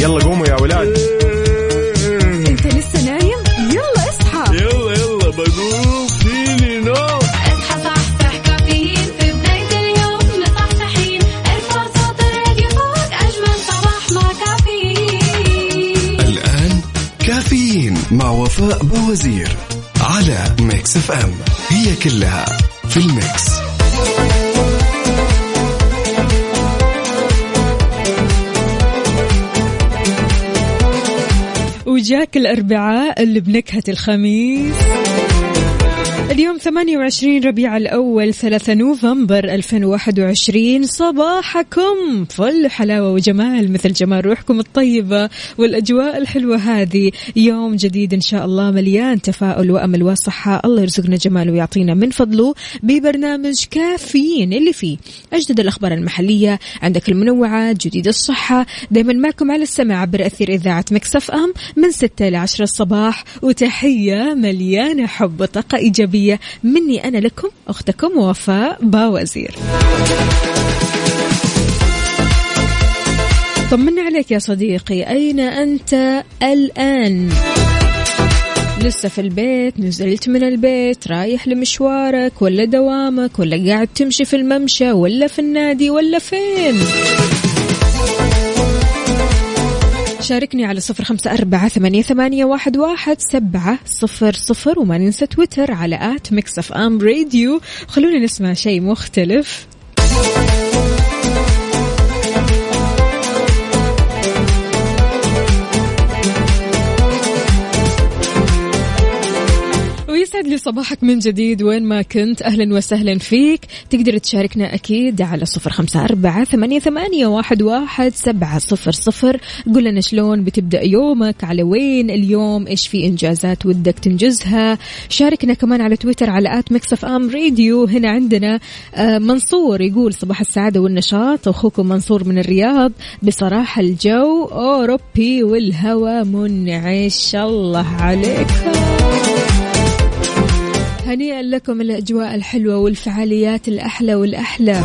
يلا قوموا يا ولاد. انت لسه نايم؟ يلا اصحى. يلا بقوم فيني نوم. اصحى صحصح كافيين في بداية اليوم مصحصحين. ارفع صوت الراديو فوق أجمل صباح مع كافيين. الآن كافيين مع وفاء بوزير على ميكس اف ام. هي كلها في الميكس. وجاك الأربعاء اللي بنكهة الخميس. اليوم 28 ربيع الأول 3 نوفمبر 2021. صباحكم فل حلاوة وجمال مثل جمال روحكم الطيبة والأجواء الحلوة هذه. يوم جديد إن شاء الله مليان تفاؤل وأمل وصحة. الله يرزقنا جماله ويعطينا من فضله ببرنامج كافيين اللي فيه أجدد الأخبار المحلية، عندك المنوعات، جديد الصحة، دايما معكم على السمع عبر أثير إذاعة ميكس اف ام من 6 إلى 10 الصباح. وتحية مليانة حب وطاقة إيجابية مني أنا لكم أختكم وفاء باوزير. طمنا عليك يا صديقي، أين أنت الآن؟ لسه في البيت؟ نزلت من البيت رايح لمشوارك ولا دوامك ولا قاعد تمشي في الممشى ولا في النادي ولا فين؟ شاركني على 0548811700 وما ننسى تويتر على @mixfmradio. خلونا نسمع شيء مختلف. يسعد لي صباحك من جديد وين ما كنت. أهلا وسهلا فيك. تقدر تشاركنا أكيد على 0548811700. قل لنا شلون بتبدأ يومك، على وين اليوم، إيش في إنجازات ودك تنجزها. شاركنا كمان على تويتر على @mixfmradio. هنا عندنا منصور يقول صباح السعادة والنشاط، أخوكم منصور من الرياض. بصراحة الجو أوروبي والهواء منعش، الله عليكم. هنيئا لكم الأجواء الحلوة والفعاليات الأحلى والأحلى.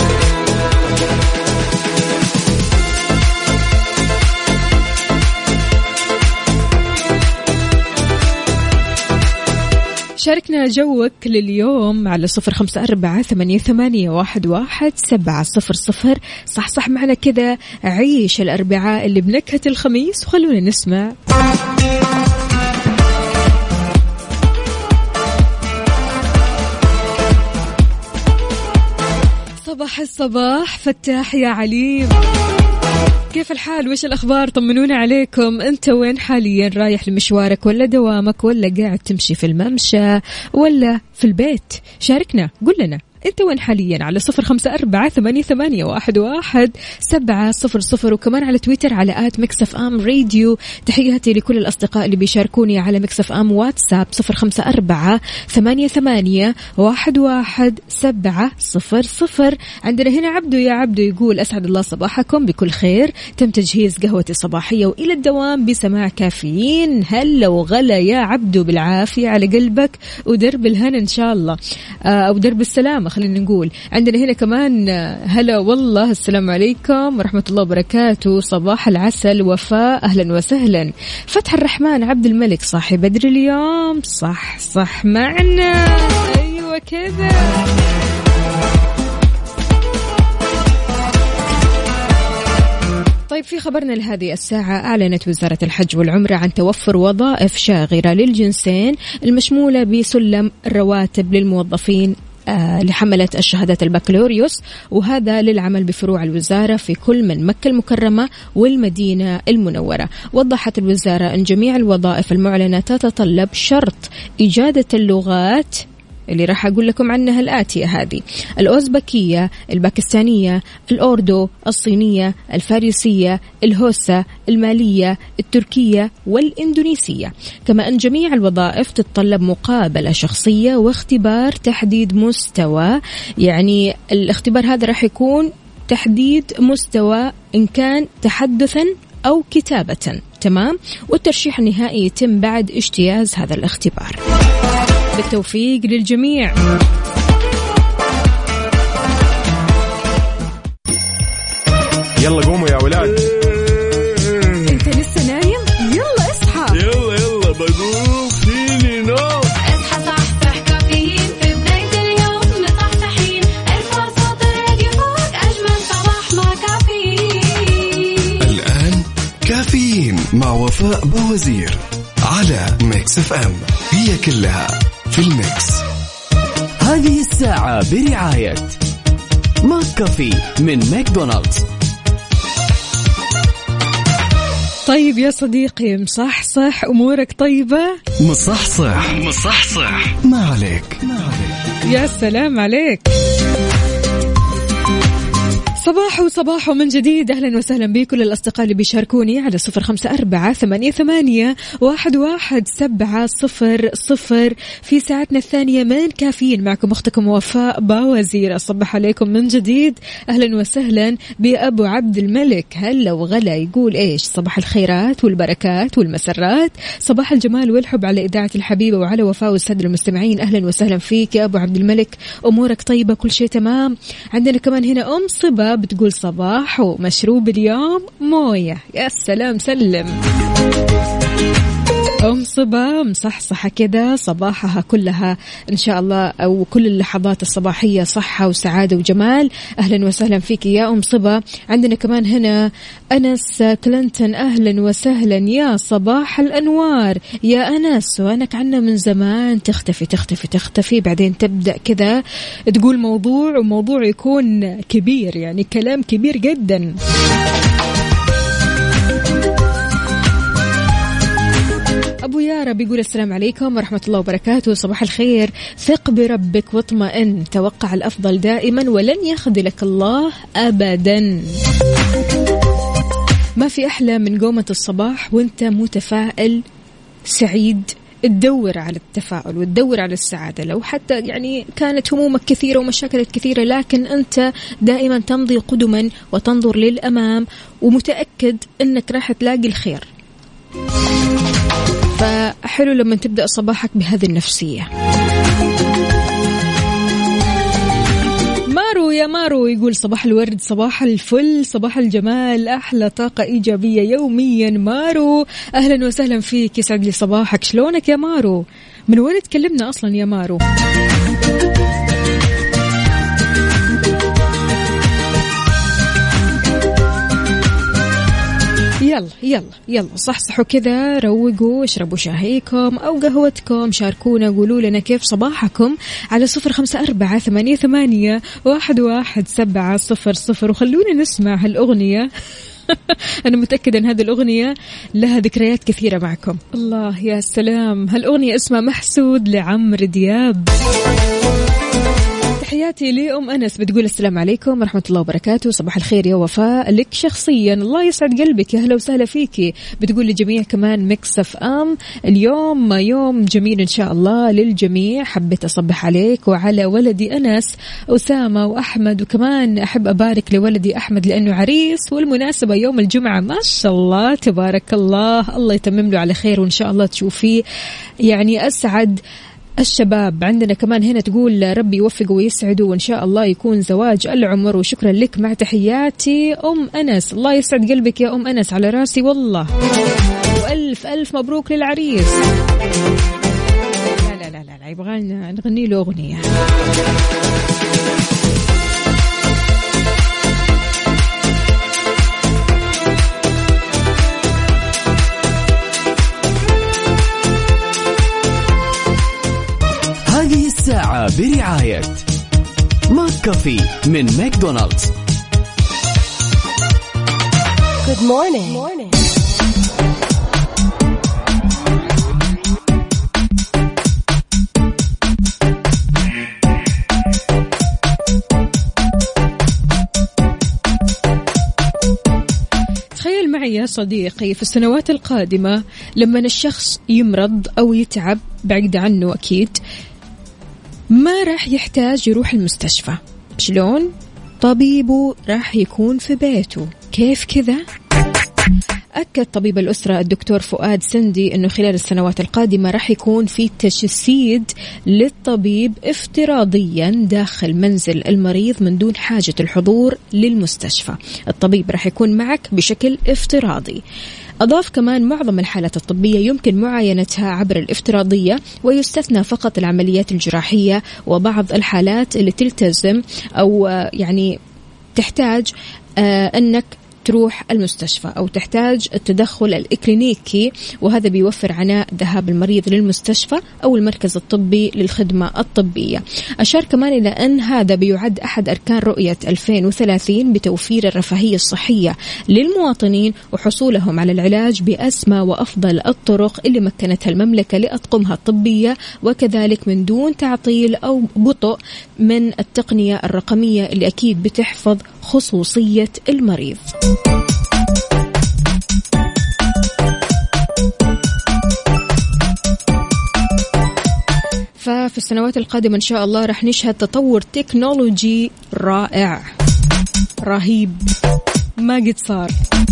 شاركنا جوك لليوم على 0548811700. صح معنا كذا، عيش الأربعاء اللي بنكهة الخميس وخلونا نسمع. صباح الصباح فتاح يا عليم، كيف الحال؟ وش الأخبار؟ طمنونا عليكم. أنت وين حاليا؟ رايح لمشوارك ولا دوامك ولا قاعد تمشي في الممشى ولا في البيت؟ شاركنا، قل لنا أنت وين حاليا على 0548811700 وكمان على تويتر على @mixfmradio. تحياتي لكل الأصدقاء اللي بيشاركوني على مكسفام واتساب 0548811700. عندنا هنا عبدو. يا عبدو يقول أسعد الله صباحكم بكل خير، تم تجهيز قهوتي الصباحية وإلى الدوام بسماع كافيين. هلا وغلا يا عبدو، بالعافية على قلبك ودرب الهنا إن شاء الله، أو درب السلامة خلينا نقول. عندنا هنا كمان هلا والله، السلام عليكم ورحمة الله وبركاته، صباح العسل وفاء، أهلا وسهلا. فتح الرحمن عبد الملك صاحي بدري اليوم، صح معنا، أيوة كذا. طيب في خبرنا لهذه الساعة، أعلنت وزارة الحج والعمرة عن توفر وظائف شاغرة للجنسين المشمولة بسلم الرواتب للموظفين لحملة الشهادة البكالوريوس، وهذا للعمل بفروع الوزارة في كل من مكة المكرمة والمدينة المنورة. وضحت الوزارة أن جميع الوظائف المعلنة تتطلب شرط إجادة اللغات اللي راح أقول لكم عنها الآتية هذه: الأوزبكية، الباكستانية، الأوردو، الصينية، الفارسية، الهوسة، المالية، التركية والإندونيسية. كما أن جميع الوظائف تتطلب مقابلة شخصية واختبار تحديد مستوى، يعني الاختبار هذا راح يكون تحديد مستوى إن كان تحدثا أو كتابة، تمام؟ والترشيح النهائي يتم بعد اجتياز هذا الاختبار. بالتوفيق للجميع. يلا قوموا يا ولاد. كافيين مع وفاء بوزير على ميكس اف ام. هي كلها في الميكس. هذه الساعة برعاية ماك كافي من ماكدونالدز. طيب يا صديقي، مصحصح أمورك طيبة؟ مصحصح ما عليك. يا سلام عليك. صباح من جديد. أهلا وسهلا بكل الأصدقاء اللي بيشاركوني على 0548811700 في ساعتنا الثانية من كافيين. معكم أختكم وفاء باوزير. أصبح عليكم من جديد. أهلا وسهلا بأبو عبد الملك. هلا وغلا. يقول إيش؟ صباح الخيرات والبركات والمسرات، صباح الجمال والحب على إذاعة الحبيبة وعلى وفاء والسادة المستمعين. أهلا وسهلا فيك يا أبو عبد الملك. أمورك طيبة؟ كل شيء تمام؟ عندنا كمان هنا أم صبا بتقول صباح ومشروب اليوم موية. يا سلام سلم. أم صبا مصحصحة كده صباحها كلها إن شاء الله، أو كل اللحظات الصباحية صحة وسعادة وجمال. أهلا وسهلا فيك يا أم صبا. عندنا كمان هنا أنس كلينتون. أهلا وسهلا يا صباح الأنوار يا أنس. وأنك عنا من زمان تختفي بعدين تبدأ كذا تقول موضوع، وموضوع يكون كبير، يعني كلام كبير جدا. أبو يارا بيقول السلام عليكم ورحمة الله وبركاته. صباح الخير. ثق بربك واطمئن، توقع الأفضل دائما ولن يخذلك الله أبدا. ما في أحلى من قومة الصباح وانت متفائل سعيد. تدور على التفاؤل وتدور على السعادة، لو حتى يعني كانت همومك كثيرة ومشاكلك كثيرة، لكن أنت دائما تمضي قدما وتنظر للأمام ومتأكد أنك راح تلاقي الخير. فحلو لما تبدأ صباحك بهذه النفسية. مارو يا مارو يقول صباح الورد، صباح الفل، صباح الجمال، أحلى طاقة إيجابية يوميا. مارو أهلا وسهلا فيك، يسعد لي صباحك. شلونك يا مارو؟ من وين تكلمنا أصلا يا مارو؟ يلا صحصحوا كذا، روقوا، اشربوا شاهيكم أو قهوتكم، شاركونا، قولوا لنا كيف صباحكم على 0548811700 وخلونا نسمع هالأغنية. أنا متأكدة أن هذه الأغنية لها ذكريات كثيرة معكم. الله يا سلام. هالأغنية اسمها محسود لعمرو دياب. تحياتي لأم أنس بتقول السلام عليكم ورحمة الله وبركاته. صباح الخير يا وفاء لك شخصيا، الله يسعد قلبك، يا هلا وسهلا فيكي. بتقول للجميع كمان ميكس اف ام اليوم يوم جميل إن شاء الله للجميع. حبيت أصبح عليك وعلى ولدي أنس أسامة وأحمد، وكمان أحب أبارك لولدي أحمد لأنه عريس والمناسبة يوم الجمعة. ما شاء الله تبارك الله، الله يتمم له على خير وإن شاء الله تشوفيه يعني أسعد الشباب. عندنا كمان هنا تقول ربي يوفقه ويسعده وإن شاء الله يكون زواج العمر، وشكرا لك. مع تحياتي أم أنس. الله يسعد قلبك يا أم أنس، على راسي والله، وألف ألف مبروك للعريس. لا يبغالنا نغني له أغنية. هذه الساعة برعاية ماك كافي من ماكدونالدز. Good morning. تخيل معي يا صديقي في السنوات القادمة لما الشخص يمرض أو يتعب، بعيد عنه أكيد، ما راح يحتاج يروح المستشفى. شلون؟ طبيبه راح يكون في بيته. كيف كذا؟ أكد طبيب الأسرة الدكتور فؤاد سندي أنه خلال السنوات القادمة راح يكون في تجسيد للطبيب افتراضيا داخل منزل المريض من دون حاجة الحضور للمستشفى. الطبيب راح يكون معك بشكل افتراضي. أضاف كمان معظم الحالات الطبية يمكن معاينتها عبر الافتراضية، ويستثنى فقط العمليات الجراحية وبعض الحالات اللي تلتزم أو يعني تحتاج أنك تروح المستشفى أو تحتاج التدخل الإكلينيكي، وهذا بيوفر عناء ذهاب المريض للمستشفى أو المركز الطبي للخدمة الطبية. أشار كمان إلى أن هذا بيعد أحد أركان رؤية 2030 بتوفير الرفاهية الصحية للمواطنين وحصولهم على العلاج بأسمى وأفضل الطرق اللي مكنتها المملكة لأطقمها الطبية، وكذلك من دون تعطيل أو بطء من التقنية الرقمية اللي أكيد بتحفظ خصوصية المريض. ففي السنوات القادمة إن شاء الله رح نشهد تطور تكنولوجي رائع رهيب ما قد صار.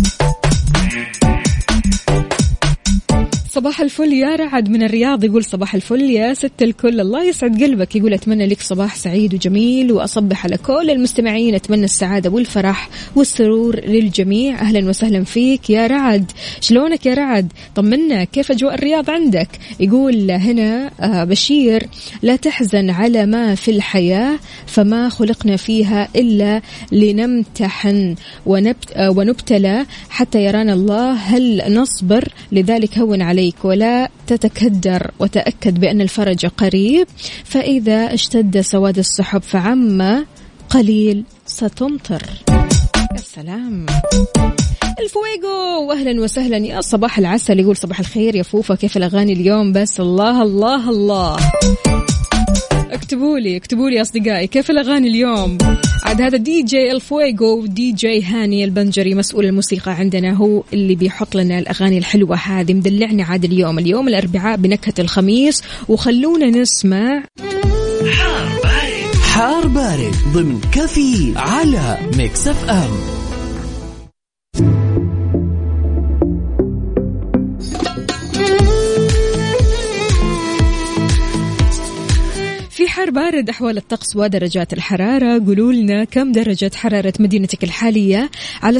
صباح الفل يا رعد من الرياض، يقول صباح الفل يا ست الكل، الله يسعد قلبك. يقول أتمنى لك صباح سعيد وجميل، وأصبح على كل المستمعين، أتمنى السعادة والفرح والسرور للجميع. أهلا وسهلا فيك يا رعد، شلونك يا رعد؟ طمنا كيف أجواء الرياض عندك؟ يقول هنا بشير لا تحزن على ما في الحياة فما خلقنا فيها إلا لنمتحن ونبتلى حتى يرانا الله هل نصبر، لذلك هون عليك ولا تتكدر وتأكد بأن الفرج قريب، فإذا اشتد سواد السحب فعما قليل ستمطر. السلام الفويغو، واهلا وسهلا يا صباح العسل. يقول صباح الخير يا فوفا، كيف الأغاني اليوم؟ بس الله الله الله، اكتبوا لي أصدقائي كيف الأغاني اليوم. عاد هذا دي جي الفويغو، دي جي هاني البنجري مسؤول الموسيقى عندنا، هو اللي بيحط لنا الأغاني الحلوة هذه، مدلعني عاد اليوم الأربعاء بنكهة الخميس. وخلونا نسمع حار بارد ضمن كافيين على ميكس اف ام. في حار بارد أحوال الطقس ودرجات الحرارة. قولوا لنا كم درجة حرارة مدينتك الحالية على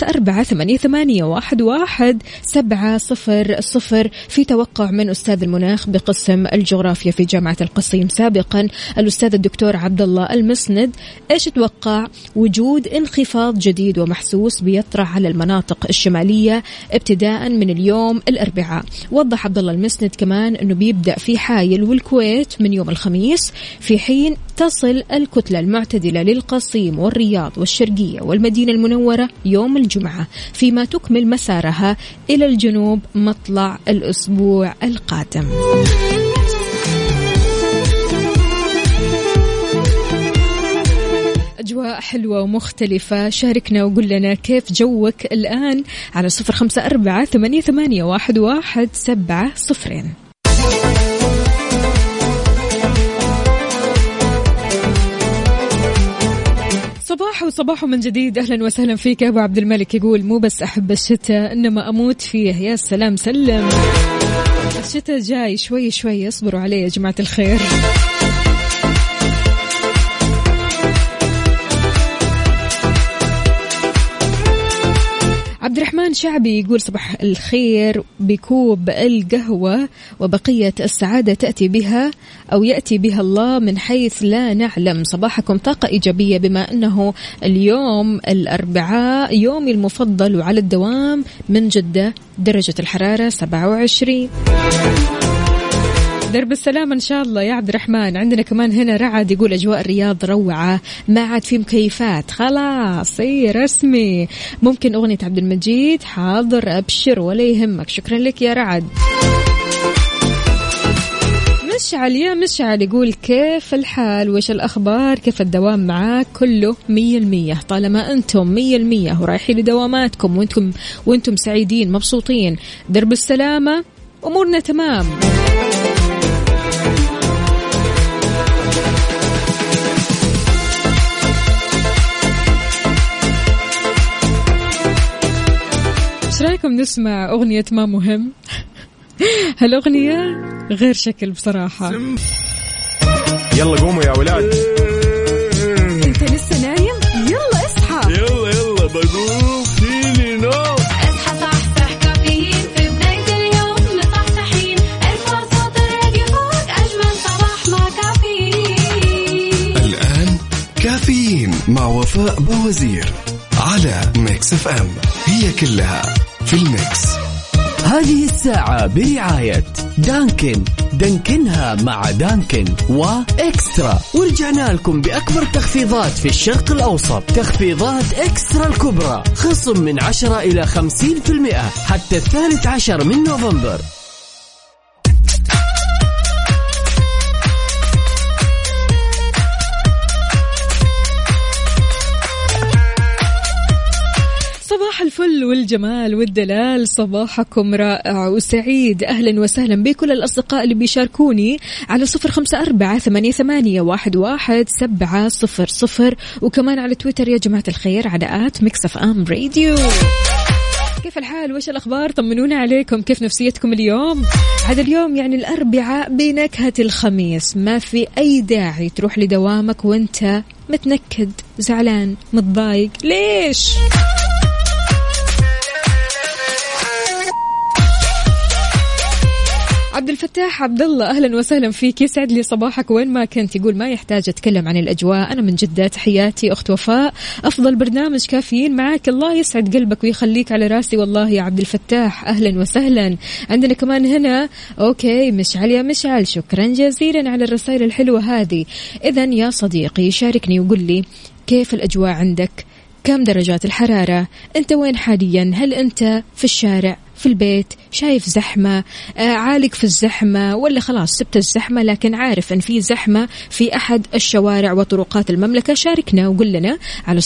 0548811700. في توقع من أستاذ المناخ بقسم الجغرافيا في جامعة القصيم سابقا الأستاذ الدكتور عبد الله المسند، إيش توقع؟ وجود انخفاض جديد ومحسوس بيطرح على المناطق الشمالية ابتداء من اليوم الأربعاء. وضح عبد الله المسند كمان أنه بيبدأ في حايل والكويت من يوم الخميس، في حين تصل الكتلة المعتدلة للقصيم والرياض والشرقية والمدينة المنورة يوم الجمعة، فيما تكمل مسارها إلى الجنوب مطلع الأسبوع القادم. أجواء حلوة ومختلفة، شاركنا وقول لنا كيف جوك الآن على 0548811700. صباح من جديد، أهلا وسهلا فيك أبو عبد الملك. يقول مو بس أحب الشتاء إنما أموت فيه. يا سلام سلم، الشتاء جاي شوي شوي، اصبروا عليه يا جماعة الخير. عبد الرحمن شعبي يقول صباح الخير، بكوب القهوة وبقية السعادة تأتي بها أو يأتي بها الله من حيث لا نعلم. صباحكم طاقة إيجابية بما أنه اليوم الأربعاء يومي المفضل، وعلى الدوام من جدة درجة الحرارة 27. درب السلام إن شاء الله يا عبد الرحمن. عندنا كمان هنا رعد يقول أجواء الرياض روعة، ما عاد في مكيفات خلاص، رسمي. ممكن أغنية عبد المجيد؟ حاضر أبشر ولا يهمك. شكرا لك يا رعد. مشعل يقول كيف الحال وإيش الأخبار؟ كيف الدوام معاك؟ كله 100%. طالما أنتم 100% ورايحين لدواماتكم وأنتم سعيدين مبسوطين درب السلامة، أمورنا تمام. ايش رايكم نسمع أغنية ما مهم؟ هالأغنية غير شكل بصراحة. يلا قوموا يا ولاد. انت لسه نايم؟ يلا اصحى. يلا بقوم فيني نوم. اصحى صحصح كافيين في بداية اليوم مصحصحين، ارفع صوت الراديو فوق أجمل صباح مع كافيين. الآن كافيين مع وفاء بوزير على ميكس ميكس اف ام، هي كلها في الميكس. هذه الساعة برعاية دانكن، دانكنها مع دانكن وإكسترا. ورجعنا لكم بأكبر تخفيضات في الشرق الأوسط، تخفيضات إكسترا الكبرى، خصم من 10 إلى 50% حتى 13 من نوفمبر. صباح الفل والجمال والدلال، صباحكم رائع وسعيد. أهلا وسهلا بكل الأصدقاء اللي بيشاركوني على 0548811700 وكمان على تويتر يا جماعة الخير على @mixfm_radio. كيف الحال؟ وش الأخبار؟ طمنونا عليكم، كيف نفسيتكم اليوم؟ هذا اليوم يعني الأربعاء بنكهة الخميس، ما في أي داعي تروح لدوامك وانت متنكد زعلان متضايق. ليش؟ عبد الفتاح عبد الله أهلا وسهلا فيك، يسعد لي صباحك وين ما كنت. يقول ما يحتاج أتكلم عن الأجواء، أنا من جدة. تحياتي أخت وفاء، أفضل برنامج كافيين معك، الله يسعد قلبك ويخليك على راسي والله يا عبد الفتاح، أهلا وسهلا. عندنا كمان هنا أوكي مشعل، يا مشعل شكرا جزيلا على الرسائل الحلوة هذه. إذن يا صديقي شاركني وقل لي كيف الأجواء عندك، كم درجات الحرارة، أنت وين حاليا؟ هل أنت في الشارع، في البيت، شايف زحمة، عالق في الزحمة، ولا خلاص سبت الزحمة لكن عارف أن في زحمة في أحد الشوارع وطرقات المملكة؟ شاركنا وقل لنا على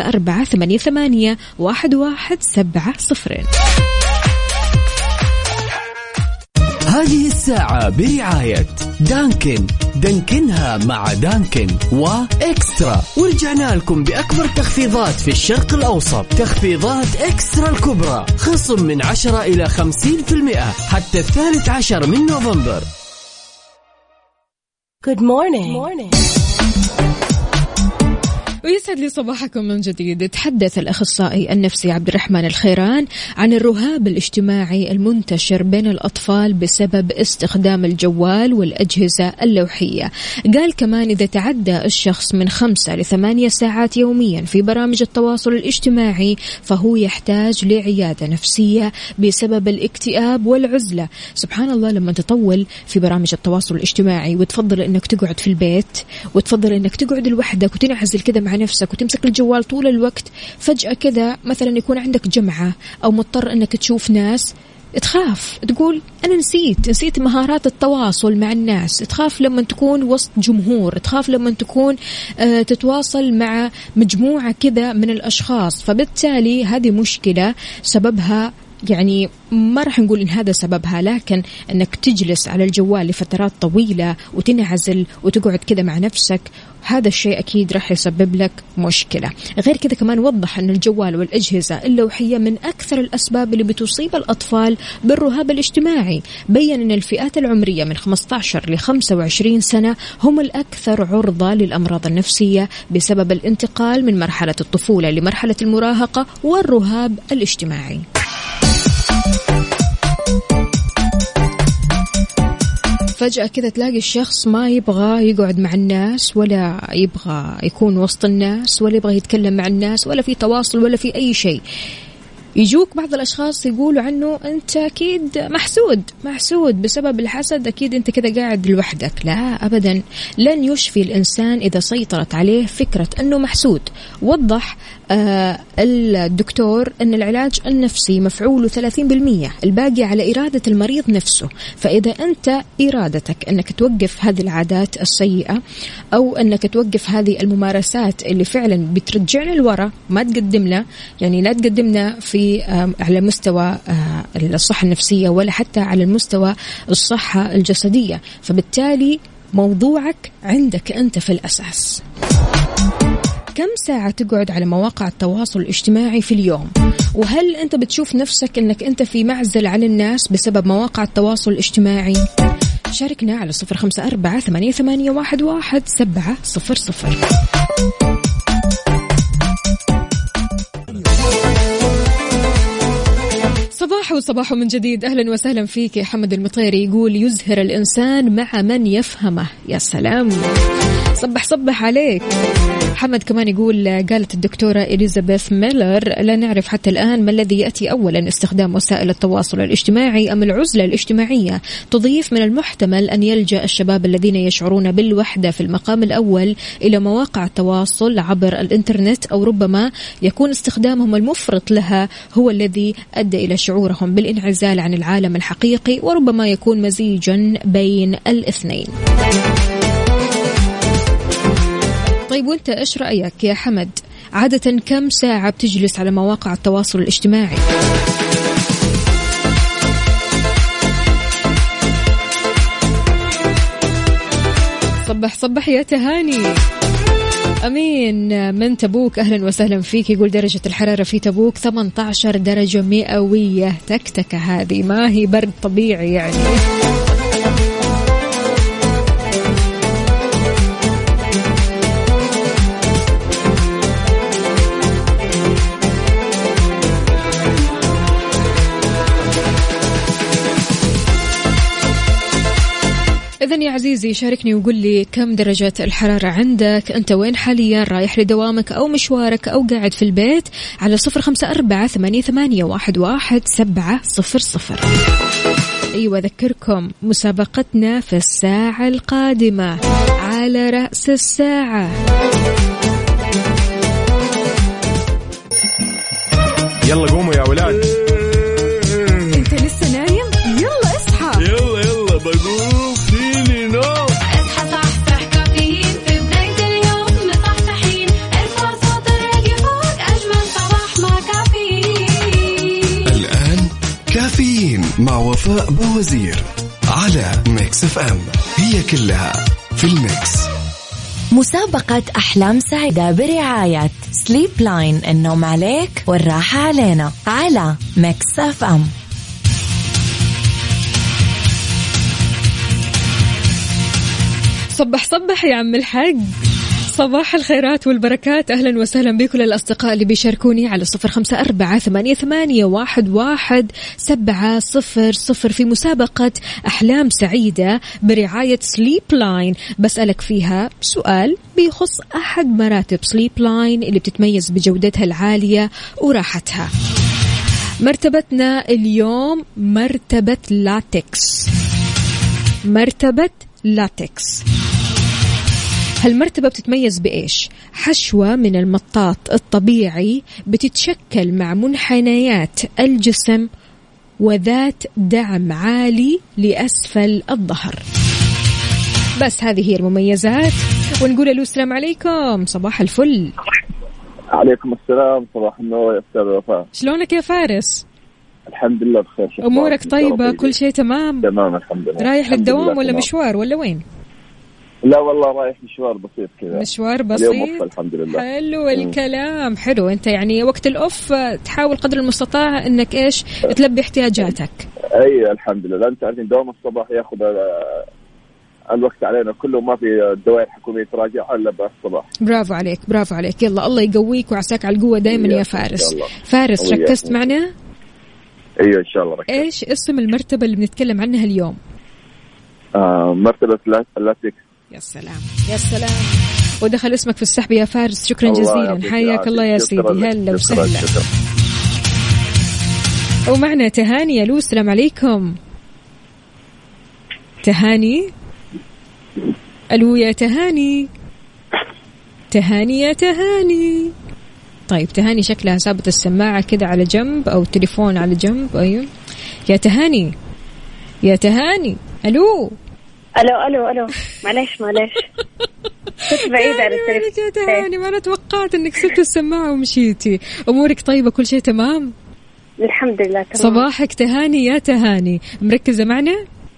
0548811700. هذه الساعة برعاية دانكن، دانكنها مع دانكن وإكسترا. ورجعنا لكم بأكبر تخفيضات في الشرق الأوسط، تخفيضات إكسترا الكبرى، خصم من 10 إلى 50% حتى 13 من نوفمبر. Good morning. ويسعد لي صباحكم من جديد. تحدث الأخصائي النفسي عبد الرحمن الخيران عن الرهاب الاجتماعي المنتشر بين الأطفال بسبب استخدام الجوال والأجهزة اللوحية. قال كمان إذا تعدى الشخص من 5 ل 8 ساعات يوميا في برامج التواصل الاجتماعي فهو يحتاج لعيادة نفسية بسبب الاكتئاب والعزلة. سبحان الله، لما تطول في برامج التواصل الاجتماعي وتفضل أنك تقعد في البيت وتفضل أنك تقعد لوحدك وتنعزل كذا مع نفسك وتمسك الجوال طول الوقت، فجأة كذا مثلا يكون عندك جمعة أو مضطر أنك تشوف ناس، تخاف تقول أنا نسيت مهارات التواصل مع الناس، تخاف لما تكون وسط جمهور، تخاف لما تكون تتواصل مع مجموعة كذا من الأشخاص. فبالتالي هذه مشكلة سببها، يعني ما راح نقول إن هذا سببها، لكن أنك تجلس على الجوال لفترات طويلة وتنعزل وتقعد كذا مع نفسك، هذا الشيء أكيد راح يسبب لك مشكلة. غير كذا كمان وضح أن الجوال والأجهزة اللوحية من أكثر الأسباب اللي بتصيب الأطفال بالرهاب الاجتماعي. بيّن أن الفئات العمرية من 15 ل 25 سنة هم الأكثر عرضة للأمراض النفسية بسبب الانتقال من مرحلة الطفولة لمرحلة المراهقة والرهاب الاجتماعي. فجأة كذا تلاقي الشخص ما يبغى يقعد مع الناس، ولا يبغى يكون وسط الناس، ولا يبغى يتكلم مع الناس، ولا في تواصل ولا في أي شيء. يجوك بعض الأشخاص يقولوا عنه أنت أكيد محسود بسبب الحسد، أكيد أنت كذا قاعد لوحدك. لا أبدا، لن يشفي الإنسان إذا سيطرت عليه فكرة أنه محسود. وضح الدكتور أن العلاج النفسي مفعوله 30%، الباقي على إرادة المريض نفسه. فإذا أنت إرادتك أنك توقف هذه العادات السيئة أو أنك توقف هذه الممارسات اللي فعلا بترجعنا لورا، ما تقدمنا، يعني لا تقدمنا في على مستوى الصحة النفسية ولا حتى على المستوى الصحة الجسدية، فبالتالي موضوعك عندك أنت في الأساس. كم ساعة تقعد على مواقع التواصل الاجتماعي في اليوم؟ وهل أنت بتشوف نفسك أنك أنت في معزل عن الناس بسبب مواقع التواصل الاجتماعي؟ شاركنا على 0548811700. صباح من جديد، أهلا وسهلا فيك يا حمد المطيري. يقول يزهر الإنسان مع من يفهمه. يا سلام، صبح عليك. محمد كمان يقول قالت الدكتورة إليزابيث ميلر لا نعرف حتى الآن ما الذي يأتي أولا، استخدام وسائل التواصل الاجتماعي أم العزلة الاجتماعية. تضيف من المحتمل أن يلجأ الشباب الذين يشعرون بالوحدة في المقام الأول إلى مواقع التواصل عبر الإنترنت، أو ربما يكون استخدامهم المفرط لها هو الذي أدى إلى شعورهم بالانعزال عن العالم الحقيقي، وربما يكون مزيجا بين الاثنين. طيب وانت ايش رأيك يا حمد؟ عادة كم ساعة بتجلس على مواقع التواصل الاجتماعي؟ صبح صبح يا تهاني. أمين من تبوك أهلا وسهلا فيك، يقول درجة الحرارة في تبوك 18 درجة مئوية. تكتكة هذه، ما هي برد طبيعي يعني. إذن يا عزيزي شاركني وقول لي كم درجة الحرارة عندك، أنت وين حاليا، رايح لدوامك أو مشوارك أو قاعد في البيت، على 0548811700. أيوة أذكركم مسابقتنا في الساعة القادمة على رأس الساعة. يلا قوموا يا ولاد. أنت لسه نايم؟ يلا اصحى. يلا بقوم فيني نوم. اصحى صحصح كافيين في بداية اليوم مصحصحين، ارفع صوت الراديو فوق أجمل صباح مع كافيين. الآن كافيين مع وفاء بوزير على ميكس اف ام، هي كلها في الميكس. مسابقة أحلام سعيدة برعاية سليب لاين، النوم عليك والراحة علينا، على ميكس اف ام. صبح صبح يا عم الحق، صباح الخيرات والبركات. أهلا وسهلا بكل الأصدقاء اللي بيشاركوني على 0548811700 في مسابقة أحلام سعيدة برعاية سليب لاين. بسألك فيها سؤال بيخص أحد مراتب سليب لاين اللي بتتميز بجودتها العالية وراحتها. مرتبتنا اليوم مرتبة لاتكس. مرتبة لاتكس، هالمرتبة بتتميز بإيش؟ حشوة من المطاط الطبيعي بتتشكل مع منحنيات الجسم وذات دعم عالي لأسفل الظهر. بس هذه هي المميزات. ونقول له السلام عليكم، صباح الفل. عليكم السلام، صباح النور يا أستاذ وفاء. شلونك يا فارس؟ الحمد لله بخير. أمورك طيبة؟ كل شيء تمام؟ تمام الحمد لله. رايح للدوام ولا مشوار ولا وين؟ لا والله رايح مشوار بسيط كذا. مشوار بسيط؟ اليوم الحمد لله. حلو الكلام، حلو. أنت يعني وقت الأوف تحاول قدر المستطاع أنك إيش تلبي احتياجاتك. أي الحمد لله. أنت عارفين دوام الصباح يأخذ الوقت علينا كله، ما في الدوائر الحكومية تراجع إلا بالصباح. برافو عليك برافو عليك. يلا الله يقويك وعساك على القوة دايما يا فارس. فارس ركزت معنا؟ أيوة إن شاء الله ركزت. إيش اسم المرتبة اللي بنتكلم عنها اليوم؟ مرتبة لاتكس. يا سلام يا سلام، ودخل اسمك في السحب يا فارس. شكرا جزيلا، حياك الله يا سيدي. هلا وسهلا. ومعنا تهاني. الو السلام عليكم تهاني. الو يا تهاني. تهاني يا تهاني. طيب تهاني شكلها سابت السماعة كده على جنب أو التليفون على جنب. أيوة يا تهاني، يا تهاني. الو الو معليش كنت بعيدة عن التليفون يا تهاني. ما أنا توقعت إنك سبت السماعة ومشيتي. أمورك طيبة؟ كل شيء تمام الحمد لله تمام. صباحك تهاني يا تهاني، مركزة معنا؟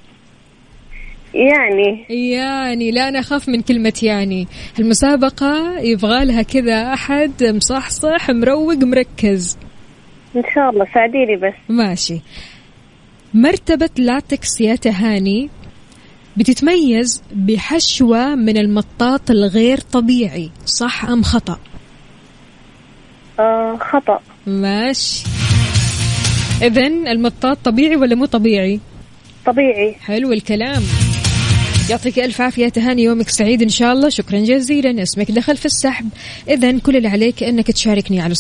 يعني لا أنا أخاف من كلمة يعني. المسابقة يبغى لها كذا أحد مصحصح مروق مركز. إن شاء الله ساعديني بس. ماشي. مرتبة لاتكس يا تهاني بتتميز بحشوة من المطاط الغير طبيعي، صح أم خطأ؟ خطأ. ماشي. إذن المطاط طبيعي ولا مو طبيعي؟ طبيعي. حلو الكلام. يعطيك ألف عافية تهاني، يومك سعيد إن شاء الله. شكرا جزيلا. اسمك دخل في السحب. إذن كل اللي عليك أنك تشاركني على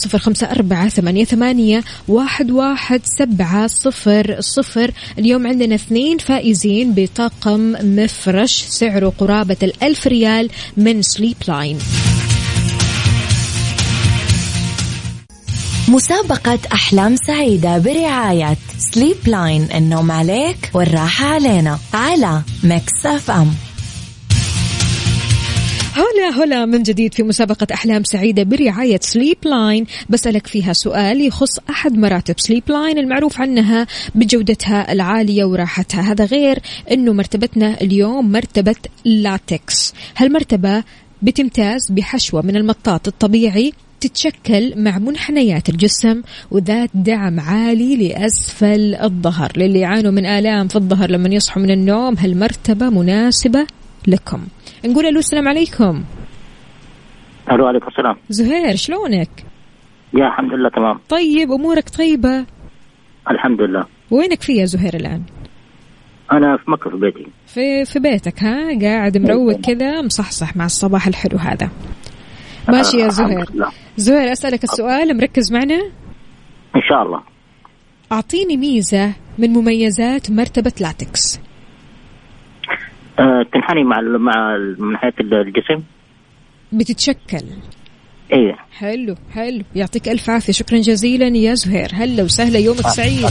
0548811700. اليوم عندنا 2 فائزين بطاقم مفرش سعره قرابة 1000 ريال من سليب لاين. مسابقة أحلام سعيدة برعاية سليب لاين، النوم عليك والراحة علينا، على ميكس اف ام. هلا من جديد في مسابقة أحلام سعيدة برعاية سليب لاين. بسألك فيها سؤال يخص أحد مراتب سليب لاين المعروف عنها بجودتها العالية وراحتها. هذا غير أنه مرتبتنا اليوم مرتبة لاتكس. هالمرتبة بتمتاز بحشوة من المطاط الطبيعي تتشكل مع منحنيات الجسم وذات دعم عالي لأسفل الظهر. للي يعانوا من آلام في الظهر لما يصحوا من النوم هالمرتبة مناسبة لكم. نقول له السلام عليكم. الو عليكم السلام. زهير شلونك؟ يا الحمد لله تمام. طيب أمورك طيبة؟ الحمد لله. وينك فيها زهير الآن؟ أنا في مكة في بيتي. في بيتك ها؟ قاعد مروق كذا مصحصح مع الصباح الحلو هذا. ماشي يا زهير. زهير أسألك السؤال، مركز معنا؟ إن شاء الله. أعطيني ميزة من مميزات مرتبة لاتكس. تنحني مع منحنيات الجسم. بتتشكل. ايه. حلو يعطيك ألف عافية. شكرا جزيلا يا زهير. هلا وسهلا، يومك سعيد.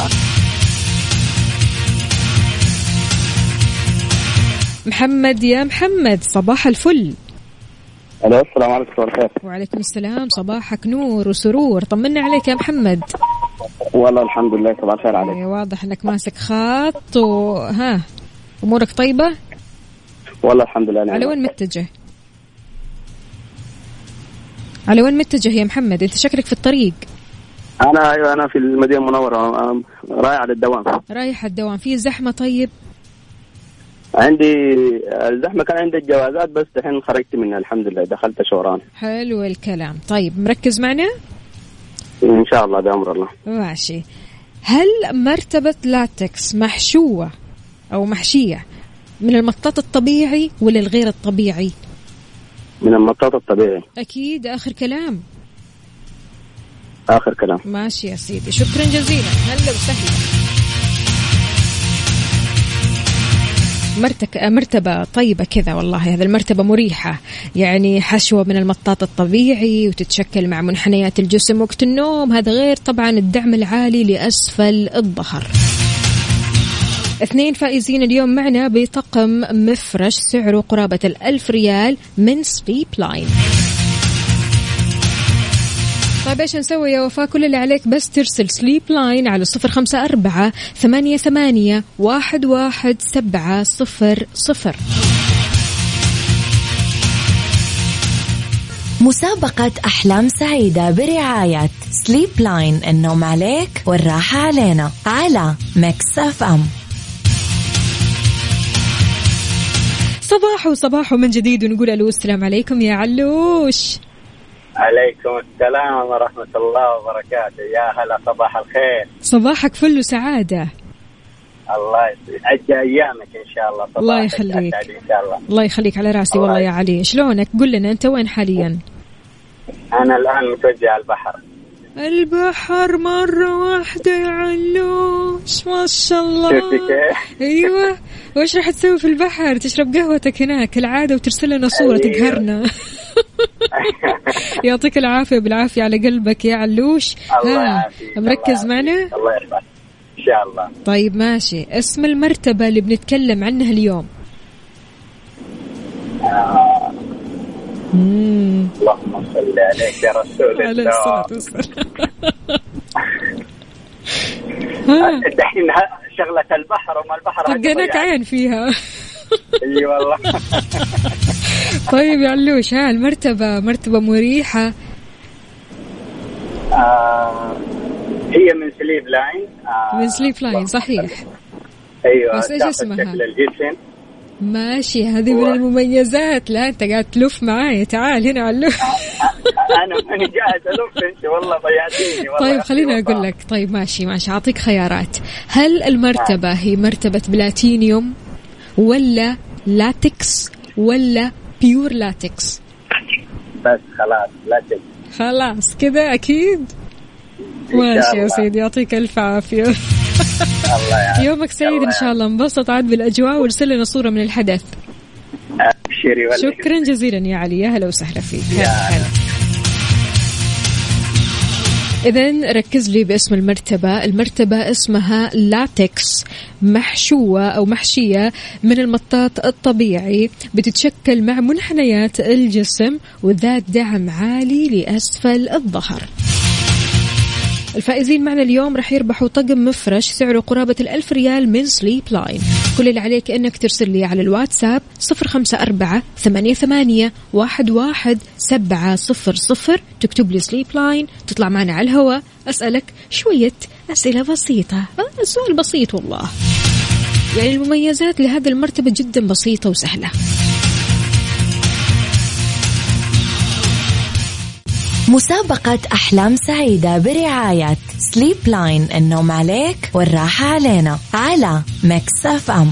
محمد يا محمد صباح الفل. الو السلام عليكم ورحمة الله. وعليكم السلام، صباحك نور وسرور. طمنا عليك يا محمد. والله الحمد لله صباح الخير عليك. واضح انك ماسك خط وها امورك طيبة. والله الحمد لله. على وين متجه؟ على وين متجه يا محمد؟ انت شكلك في الطريق. انا في المدينة المنورة، رايح على الدوام. رايح على الدوام. في زحمة؟ طيب عندي الزحمة، كان عندي الجوازات بس الحين خرجت منها الحمد لله، دخلت شوران. حلو الكلام. طيب مركز معنا إن شاء الله بأمر الله. ماشي. هل مرتبة لاتكس محشوة أو محشية من المطاط الطبيعي ولا الغير الطبيعي؟ من المطاط الطبيعي. أكيد. آخر كلام. آخر كلام. ماشي يا سيدي، شكرا جزيلا. هلا وسهلا. مرتبة طيبة كذا والله. هذا المرتبة مريحة، يعني حشوة من المطاط الطبيعي وتتشكل مع منحنيات الجسم وقت النوم. هذا غير طبعا الدعم العالي لأسفل الظهر. 2 فائزين اليوم معنا بطقم مفرش سعره قرابة 1000 ريال من سليب لاين. طيب ايش نسوي يا وفاء؟ كل اللي عليك بس ترسل سليب لاين على 0548811700. مسابقة أحلام سعيدة برعاية سليب لاين، النوم عليك والراحة علينا، على ميكس اف ام. صباح من جديد ونقول ألو السلام عليكم يا علوش. عليكم السلام ورحمة الله وبركاته. يا هلا، صباح الخير. صباحك فل وسعادة. الله يعجل أيامك إن شاء الله. الله يخليك. إن شاء الله. الله يخليك على راسي والله يا علي. شلونك؟ قل لنا أنت وين حاليا؟ أنا الآن متوجه على البحر مرة واحدة يا علوش، ما شاء الله. أيوة. وإيش راح تسوي في البحر؟ تشرب قهوتك هناك كالعادة وترسل لنا صورة تقهرنا. يعطيك العافية. بالعافية على قلبك يا علوش. مركز معنا؟ الله يرحمك إن شاء الله. طيب ماشي. اسم المرتبة اللي بنتكلم عنها اليوم؟ اللهم صل عليك يا رسول الله. عليه الصلاة والسلام. الحين شغلة البحر وما البحر طقناك عين فيها. اي والله. طيب يا علوش، المرتبة مرتبة مريحة. هي من سليب لاين. من سليب لاين صحيح. ايوه. بس ايش اسمها؟ ماشي، هذه من المميزات. لا انت قاعد تلف معايا. تعال هنا علوش. انا ماني قاعد الف، انت والله ضيعتيني والله. طيب خليني اقول لك. طيب ماشي اعطيك خيارات. هل المرتبة هي مرتبة بلاتينيوم ولا لاتكس ولا بيور لاتكس؟ بس خلاص لاتكس. خلاص كذا أكيد. ماشي يا سيدي، يعطيك ألف عافية. الله يومك سعيد إن شاء الله، انبسط عاد بالأجواء وارسل لنا صورة من الحدث. شكرا جزيلا يا علي، يا هلا وسهلا فيك. هلا. إذن ركز لي باسم المرتبة. المرتبة اسمها لاتكس، محشوة أو محشية من المطاط الطبيعي، بتتشكل مع منحنيات الجسم وذات دعم عالي لأسفل الظهر. الفائزين معنا اليوم رح يربحوا طقم مفرش سعره قرابة 1000 ريال من سليب لاين. كل اللي عليك انك ترسل لي على الواتساب 0548811700، تكتب لي سليب لاين، تطلع معنا على الهواء، أسألك شوية أسئلة بسيطة، سؤال بسيط والله. يعني المميزات لهذه المرتبة جدا بسيطة وسهلة. مسابقة أحلام سعيدة برعاية سليب لاين، النوم عليك والراحة علينا، على ميكس اف ام.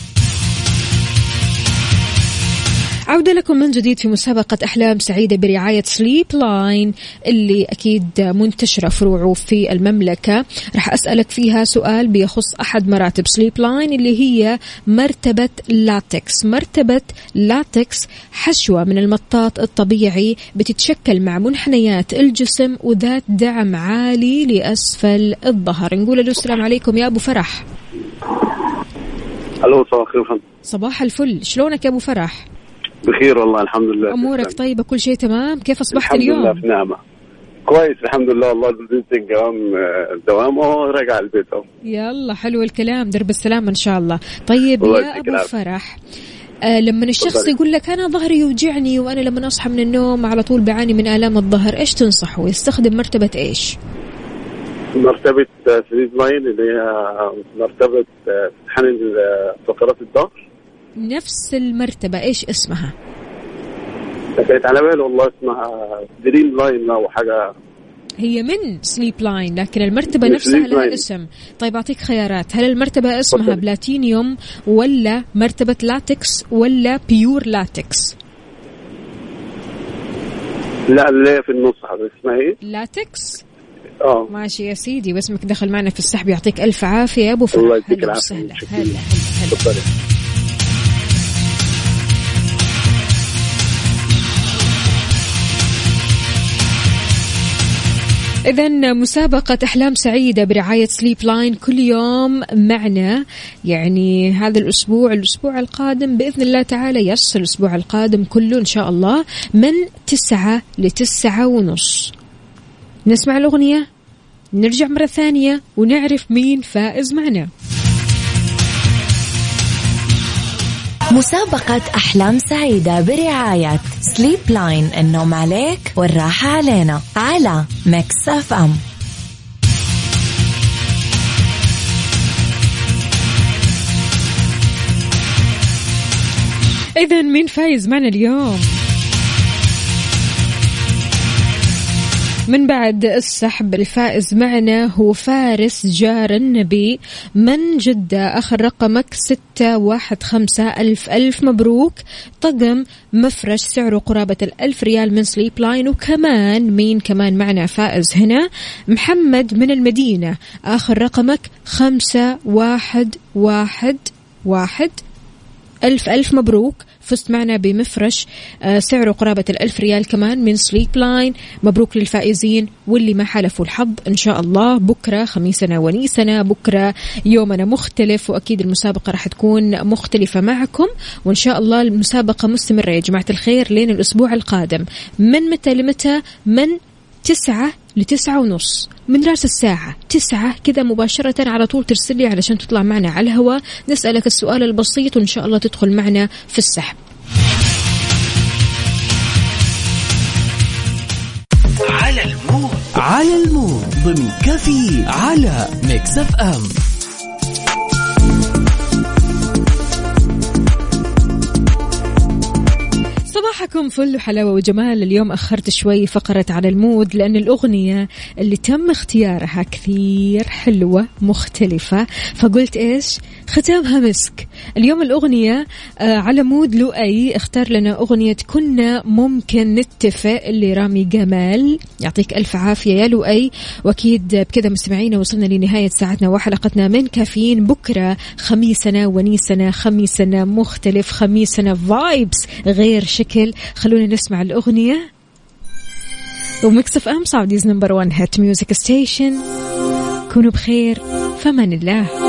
عودة لكم من جديد في مسابقة أحلام سعيدة برعاية سليب لاين اللي أكيد منتشرة فروعه في المملكة. رح أسألك فيها سؤال بيخص أحد مراتب سليب لاين اللي هي مرتبة لاتكس. مرتبة لاتكس حشوة من المطاط الطبيعي، بتتشكل مع منحنيات الجسم وذات دعم عالي لأسفل الظهر. نقول له السلام عليكم يا أبو فرح. ألو، صباح الخير. صباح الفل، شلونك يا أبو فرح؟ بخير والله الحمد لله. أمورك طيبة؟ كل شيء تمام؟ كيف أصبحت اليوم؟ الحمد لله في نعمة، كويس الحمد لله. والله نزلت الدوام ورجع البيت اهو. يلا حلو الكلام، درب السلامة إن شاء الله. طيب يا أبو فرح، لما الشخص يقول لك أنا ظهري يوجعني وأنا لما أصحى من النوم على طول بعاني من آلام الظهر، إيش تنصحه؟ يستخدم مرتبة إيش؟ مرتبة سليب لاين اللي هي مرتبة تحنن فقرات الظهر. نفس المرتبة إيش اسمها؟ كانت على بالي والله اسمها دريم لاين أو حاجة. هي من سليب لاين لكن المرتبة نفسها لها اسم. طيب أعطيك خيارات، هل المرتبة اسمها بلاتينيوم ولا مرتبة لاتكس ولا بيور لاتكس؟ لا اللي هي في النص حضرتك اسمها ايه؟ لاتكس. ماشي يا سيدي، واسمك دخل معنا في السحب، يعطيك ألف عافية يا أبو فرح. الله يديك العافية. هلا. إذن مسابقة أحلام سعيدة برعاية سليب لاين كل يوم معنا، يعني هذا الأسبوع القادم بإذن الله تعالى، الأسبوع القادم كله إن شاء الله من 9 ل9:30. نسمع الأغنية، نرجع مرة ثانية ونعرف مين فائز معنا. مسابقة أحلام سعيدة برعاية سليب لاين، النوم عليك والراحة علينا، على ميكس اف ام. إذن مين فايز معنا اليوم؟ من بعد السحب الفائز معنا هو فارس جار النبي من جدة، آخر رقمك 615. ألف مبروك، طقم مفرش سعره قرابة 1000 ريال من سليب لاين. وكمان مين كمان معنا فائز هنا؟ محمد من المدينة، آخر رقمك 5111. ألف مبروك، فزت معنا بمفرش سعره قرابة 1000 ريال كمان من سليب لاين. مبروك للفائزين، واللي ما حلفوا الحظ إن شاء الله بكرة خميسنا ونيسنا، بكرة يومنا مختلف، وأكيد المسابقة راح تكون مختلفة معكم، وإن شاء الله المسابقة مستمرة يا جماعة الخير لين الأسبوع القادم. من متى لمتى؟ من 9 ل9:30، من رأس الساعة 9 كذا مباشرة على طول ترسلي علشان تطلع معنا على الهواء، نسألك السؤال البسيط وإن شاء الله تدخل معنا في السحب. على المود ضمن كافيين على ميكس اف ام. صباح صباحكم فل وحلاوة وجمال. اليوم أخرت شوي فقرة على المود لأن الأغنية اللي تم اختيارها كثير حلوة مختلفة، فقلت إيش ختامها مسك. اليوم الأغنية على مود لؤي اختار لنا أغنية كنا ممكن نتفق اللي رامي جمال. يعطيك ألف عافية يا لؤي. وأكيد بكذا مستمعينا وصلنا لنهاية ساعتنا وحلقتنا من كافيين. بكرة خميسنا ونيسنا، خميسنا مختلف، خميسنا فايبس غير شكل. خلونا نسمع الأغنية. وميكس اف ام سعوديز نمبر 1 هيت ميوزك ستيشن. كونوا بخير، فمان الله.